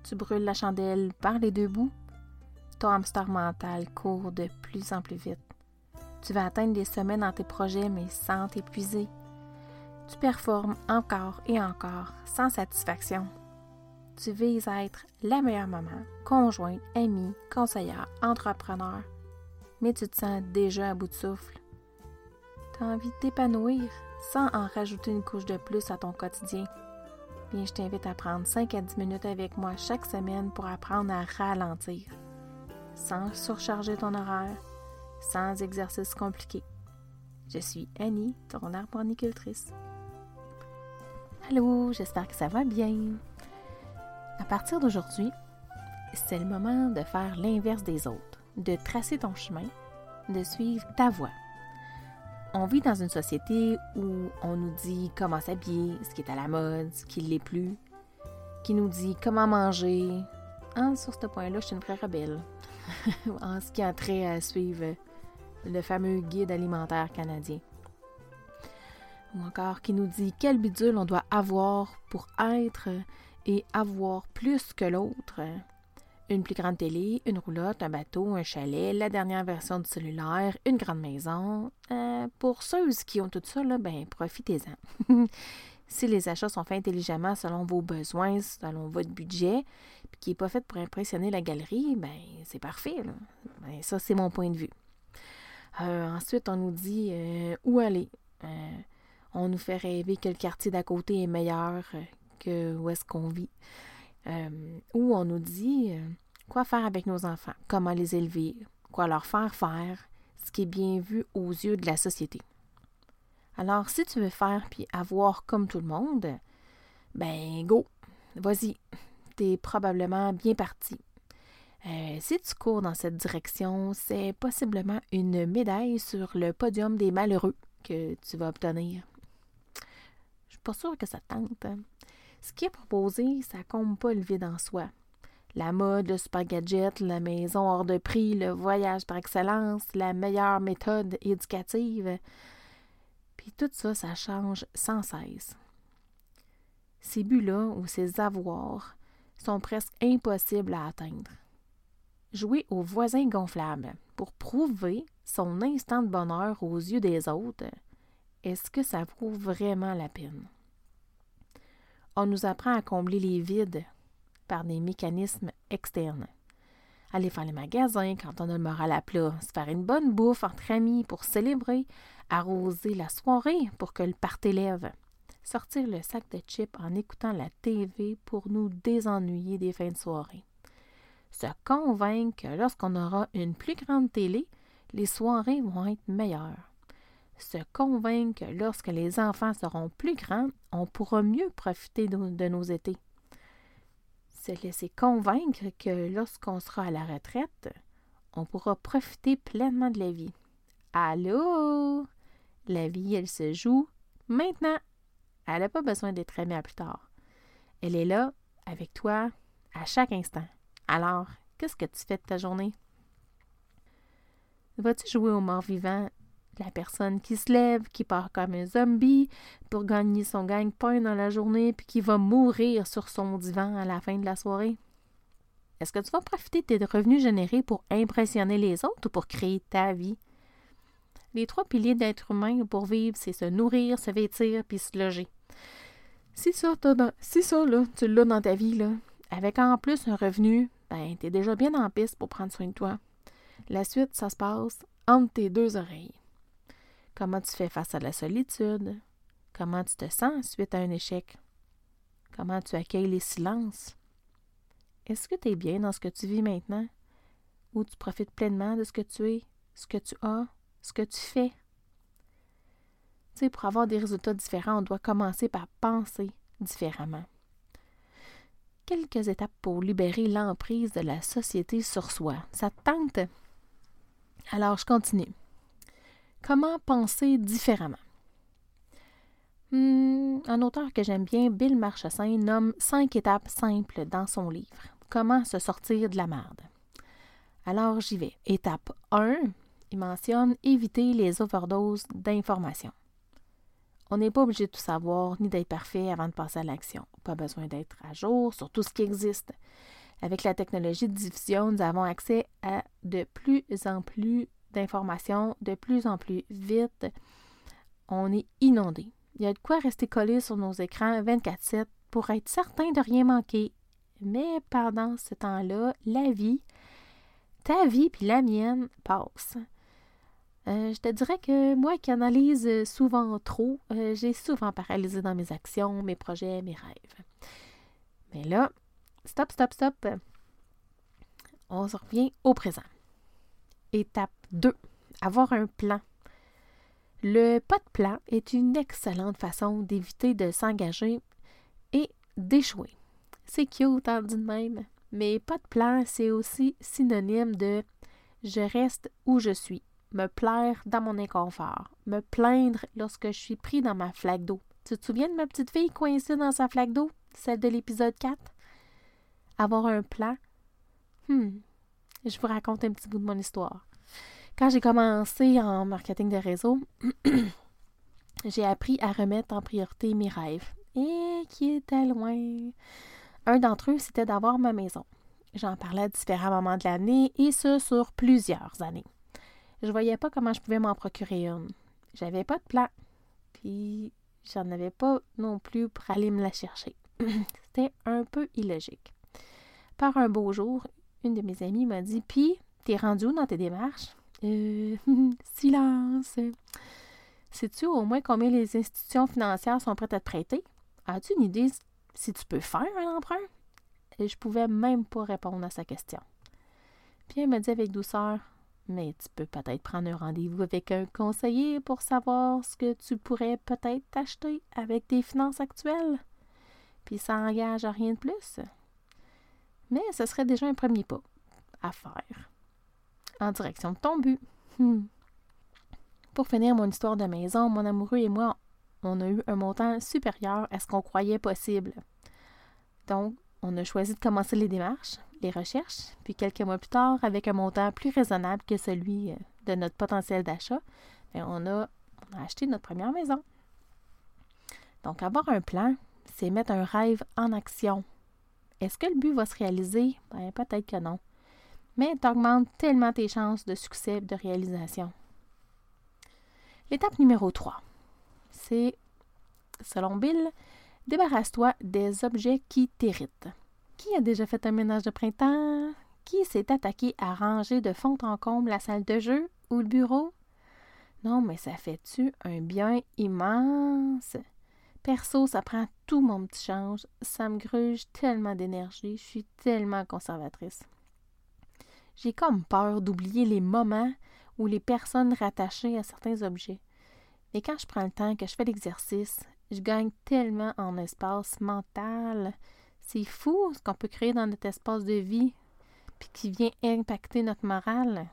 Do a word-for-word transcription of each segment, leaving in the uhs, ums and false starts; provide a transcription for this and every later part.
Tu brûles la chandelle par les deux bouts. Ton hamster mental court de plus en plus vite. Tu vas atteindre des sommets dans tes projets, mais sans t'épuiser. Tu performes encore et encore, sans satisfaction. Tu vises à être la meilleure maman, conjointe, amie, conseillère, entrepreneur, mais tu te sens déjà à bout de souffle. Tu as envie de t'épanouir sans en rajouter une couche de plus à ton quotidien. Bien, je t'invite à prendre cinq à dix minutes avec moi chaque semaine pour apprendre à ralentir, sans surcharger ton horaire, sans exercice compliqué. Je suis Annie, ton arboricultrice. Allô, j'espère que ça va bien. À partir d'aujourd'hui, c'est le moment de faire l'inverse des autres, de tracer ton chemin, de suivre ta voie. On vit dans une société où on nous dit comment s'habiller, ce qui est à la mode, ce qui ne l'est plus, qui nous dit comment manger. Ah, sur ce point-là, je suis une vraie rebelle. En ce qui a trait à suivre le fameux guide alimentaire canadien. Ou encore qui nous dit quel bidule on doit avoir pour être et avoir plus que l'autre. Une plus grande télé, une roulotte, un bateau, un chalet, la dernière version du cellulaire, une grande maison. Euh, pour ceux qui ont tout ça, là, ben, profitez-en. Si les achats sont faits intelligemment selon vos besoins, selon votre budget, puis qui n'est pas fait pour impressionner la galerie, ben c'est parfait. Là. Ben, ça, c'est mon point de vue. Euh, ensuite, on nous dit euh, où aller. Euh, on nous fait rêver que le quartier d'à côté est meilleur euh, que où est-ce qu'on vit. Euh, ou on nous dit euh, quoi faire avec nos enfants, comment les élever, quoi leur faire faire, ce qui est bien vu aux yeux de la société. Alors, si tu veux faire puis avoir comme tout le monde, ben go, vas-y, t'es probablement bien parti. Euh, si tu cours dans cette direction, c'est possiblement une médaille sur le podium des malheureux que tu vas obtenir. Je suis pas sûre que ça te tente. Hein? Ce qui est proposé, ça comble pas le vide en soi. La mode, le super gadget, la maison hors de prix, le voyage par excellence, la meilleure méthode éducative. Puis tout ça, ça change sans cesse. Ces buts-là ou ces avoirs sont presque impossibles à atteindre. Jouer au voisin gonflable pour prouver son instant de bonheur aux yeux des autres, est-ce que ça vaut vraiment la peine? On nous apprend à combler les vides par des mécanismes externes. Aller faire les magasins quand on a le moral à plat, se faire une bonne bouffe entre amis pour célébrer, arroser la soirée pour que le party lève, sortir le sac de chips en écoutant la T V pour nous désennuyer des fins de soirée. Se convaincre que lorsqu'on aura une plus grande télé, les soirées vont être meilleures. Se convaincre que lorsque les enfants seront plus grands, on pourra mieux profiter de, de nos étés. Se laisser convaincre que lorsqu'on sera à la retraite, on pourra profiter pleinement de la vie. Allô? La vie, elle se joue maintenant. Elle n'a pas besoin d'être aimée à plus tard. Elle est là, avec toi, à chaque instant. Alors, qu'est-ce que tu fais de ta journée? Vas-tu jouer au mort-vivant? La personne qui se lève, qui part comme un zombie pour gagner son gagne-pain dans la journée puis qui va mourir sur son divan à la fin de la soirée? Est-ce que tu vas profiter de tes revenus générés pour impressionner les autres ou pour créer ta vie? Les trois piliers d'être humain pour vivre, c'est se nourrir, se vêtir puis se loger. Si ça, t'as dans, si ça là, tu l'as dans ta vie, là, avec en plus un revenu, ben, t'es déjà bien en piste pour prendre soin de toi. La suite, ça se passe entre tes deux oreilles. Comment tu fais face à la solitude? Comment tu te sens suite à un échec? Comment tu accueilles les silences? Est-ce que tu es bien dans ce que tu vis maintenant? Ou tu profites pleinement de ce que tu es, ce que tu as, ce que tu fais? Tu sais, pour avoir des résultats différents, on doit commencer par penser différemment. Quelques étapes pour libérer l'emprise de la société sur soi. Ça te tente? Alors, je continue. Comment penser différemment? Hum, un auteur que j'aime bien, Bill Marchessin, nomme cinq étapes simples dans son livre. Comment se sortir de la merde? Alors, j'y vais. Étape un, il mentionne éviter les overdoses d'informations. On n'est pas obligé de tout savoir ni d'être parfait avant de passer à l'action. Pas besoin d'être à jour sur tout ce qui existe. Avec la technologie de diffusion, nous avons accès à de plus en plus d'informations, de plus en plus vite. On est inondé. Il y a de quoi rester collé sur nos écrans vingt-quatre sept pour être certain de rien manquer. Mais pendant ce temps-là, la vie, ta vie puis la mienne passe. Euh, je te dirais que moi qui analyse souvent trop, euh, j'ai souvent paralysé dans mes actions, mes projets, mes rêves. Mais là, stop, stop, stop. On se revient au présent. Étape deux. Avoir un plan. Le pas de plan est une excellente façon d'éviter de s'engager et d'échouer. C'est cute, hein, dit de même. Mais pas de plan, c'est aussi synonyme de « je reste où je suis ». Me plaire dans mon inconfort, me plaindre lorsque je suis pris dans ma flaque d'eau. Tu te souviens de ma petite fille coincée dans sa flaque d'eau, celle de l'épisode quatre? Avoir un plan? Hmm, je vous raconte un petit bout de mon histoire. Quand j'ai commencé en marketing de réseau, j'ai appris à remettre en priorité mes rêves, et qui étaient loin. Un d'entre eux, c'était d'avoir ma maison. J'en parlais à différents moments de l'année, et ce, sur plusieurs années. Je voyais pas comment je pouvais m'en procurer une. J'avais pas de plan. Puis, j'en avais pas non plus pour aller me la chercher. C'était un peu illogique. Par un beau jour, une de mes amies m'a dit « Puis, t'es rendu où dans tes démarches? » Euh, silence. Sais-tu au moins combien les institutions financières sont prêtes à te prêter? As-tu une idée si tu peux faire un emprunt? Et je pouvais même pas répondre à sa question. Puis elle m'a dit avec douceur « Mais tu peux peut-être prendre un rendez-vous avec un conseiller pour savoir ce que tu pourrais peut-être t'acheter avec tes finances actuelles. Puis ça n'engage à rien de plus. Mais ce serait déjà un premier pas à faire en direction de ton but. Hmm. Pour finir mon histoire de maison, mon amoureux et moi, on a eu un montant supérieur à ce qu'on croyait possible. Donc, on a choisi de commencer les démarches, les recherches, puis quelques mois plus tard, avec un montant plus raisonnable que celui de notre potentiel d'achat, bien, on a, on a acheté notre première maison. Donc, avoir un plan, c'est mettre un rêve en action. Est-ce que le but va se réaliser? Bien, peut-être que non. Mais tu augmentes tellement tes chances de succès et de réalisation. L'étape numéro trois, c'est, selon Bill, débarrasse-toi des objets qui t'irritent. Qui a déjà fait un ménage de printemps? Qui s'est attaqué à ranger de fond en comble la salle de jeu ou le bureau? Non, mais ça fait-tu un bien immense? Perso, ça prend tout mon petit change. Ça me gruge tellement d'énergie. Je suis tellement conservatrice. J'ai comme peur d'oublier les moments ou les personnes rattachées à certains objets. Mais quand je prends le temps, que je fais l'exercice, je gagne tellement en espace mental. C'est fou ce qu'on peut créer dans notre espace de vie puis qui vient impacter notre morale.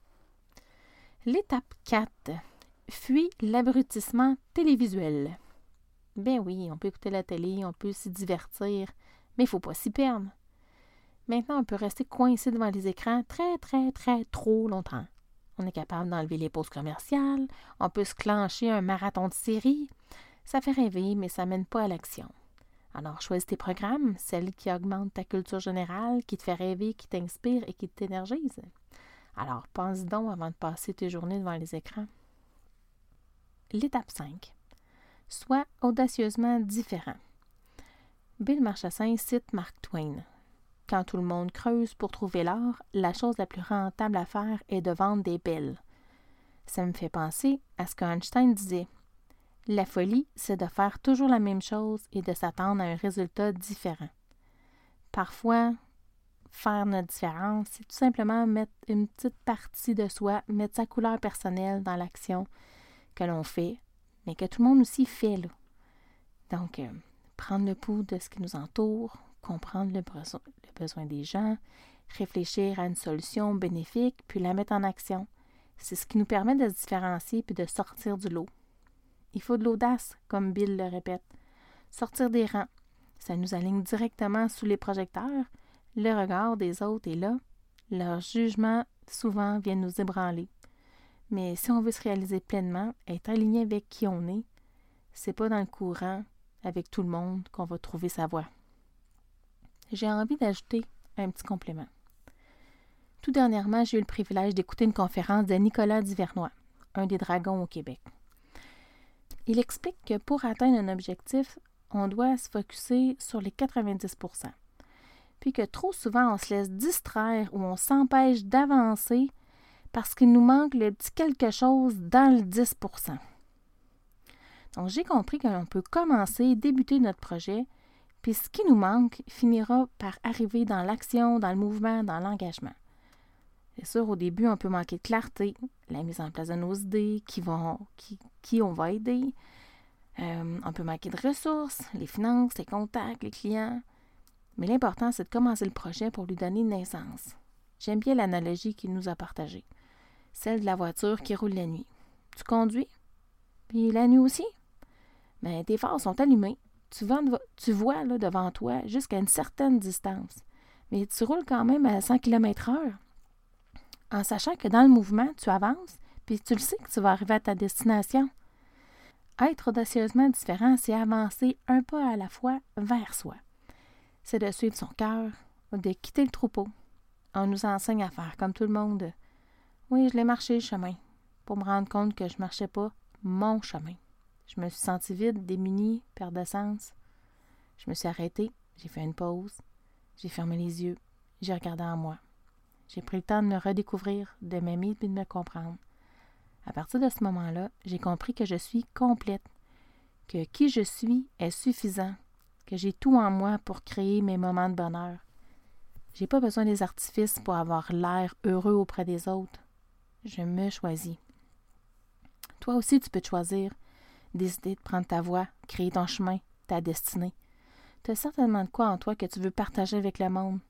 L'étape quatre. Fuis l'abrutissement télévisuel. Ben oui, on peut écouter la télé, on peut s'y divertir, mais il ne faut pas s'y perdre. Maintenant, on peut rester coincé devant les écrans très, très, très trop longtemps. On est capable d'enlever les pauses commerciales, on peut se clencher un marathon de séries. Ça fait rêver, mais ça ne mène pas à l'action. Alors, choisis tes programmes, celles qui augmentent ta culture générale, qui te fait rêver, qui t'inspire et qui t'énergise. Alors, pense donc avant de passer tes journées devant les écrans. L'étape cinq. Sois audacieusement différent. Bill Marchessin cite Mark Twain. Quand tout le monde creuse pour trouver l'or, la chose la plus rentable à faire est de vendre des belles. Ça me fait penser à ce qu'Einstein disait. La folie, c'est de faire toujours la même chose et de s'attendre à un résultat différent. Parfois, faire notre différence, c'est tout simplement mettre une petite partie de soi, mettre sa couleur personnelle dans l'action que l'on fait, mais que tout le monde aussi fait, là. Donc, euh, prendre le pouls de ce qui nous entoure, comprendre le besoin, le besoin des gens, réfléchir à une solution bénéfique, puis la mettre en action. C'est ce qui nous permet de se différencier puis de sortir du lot. Il faut de l'audace, comme Bill le répète. Sortir des rangs, ça nous aligne directement sous les projecteurs. Le regard des autres est là. Leur jugement, souvent, vient nous ébranler. Mais si on veut se réaliser pleinement, être aligné avec qui on est, c'est pas dans le courant avec tout le monde qu'on va trouver sa voie. J'ai envie d'ajouter un petit complément. Tout dernièrement, j'ai eu le privilège d'écouter une conférence de Nicolas Duvernois, un des dragons au Québec. Il explique que pour atteindre un objectif, on doit se focusser sur les quatre-vingt-dix pour cent. Puis que trop souvent, on se laisse distraire ou on s'empêche d'avancer parce qu'il nous manque le petit quelque chose dans le dix pour cent. Donc, j'ai compris qu'on peut commencer, débuter notre projet, puis ce qui nous manque finira par arriver dans l'action, dans le mouvement, dans l'engagement. C'est sûr, au début, on peut manquer de clarté, la mise en place de nos idées, qui, vont, qui, qui on va aider. Euh, on peut manquer de ressources, les finances, les contacts, les clients. Mais l'important, c'est de commencer le projet pour lui donner naissance. J'aime bien l'analogie qu'il nous a partagée, celle de la voiture qui roule la nuit. Tu conduis, puis la nuit aussi. Mais tes phares sont allumés. Tu, vas, tu vois là, devant toi jusqu'à une certaine distance. Mais tu roules quand même à cent kilomètres heure. En sachant que dans le mouvement, tu avances, puis tu le sais que tu vas arriver à ta destination. Être audacieusement différent, c'est avancer un pas à la fois vers soi. C'est de suivre son cœur, de quitter le troupeau. On nous enseigne à faire comme tout le monde. Oui, je l'ai marché le chemin, pour me rendre compte que je ne marchais pas mon chemin. Je me suis sentie vide, démunie, perte de sens. Je me suis arrêtée, j'ai fait une pause, j'ai fermé les yeux, j'ai regardé en moi. J'ai pris le temps de me redécouvrir, de m'aimer et de me comprendre. À partir de ce moment-là, j'ai compris que je suis complète, que qui je suis est suffisant, que j'ai tout en moi pour créer mes moments de bonheur. J'ai pas besoin des artifices pour avoir l'air heureux auprès des autres. Je me choisis. Toi aussi, tu peux te choisir, décider de prendre ta voie, créer ton chemin, ta destinée. Tu as certainement de quoi en toi que tu veux partager avec le monde.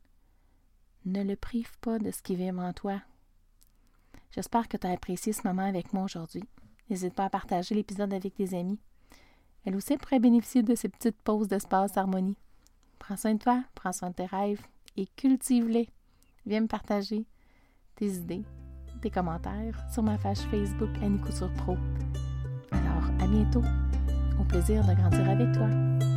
Ne le prive pas de ce qui vibre en toi. J'espère que tu as apprécié ce moment avec moi aujourd'hui. N'hésite pas à partager l'épisode avec tes amis. Elle aussi pourrait bénéficier de ces petites pauses d'espace harmonie. Prends soin de toi, prends soin de tes rêves et cultive-les. Viens me partager tes idées, tes commentaires sur ma page Facebook Annie Couture Pro. Alors, à bientôt. Au plaisir de grandir avec toi.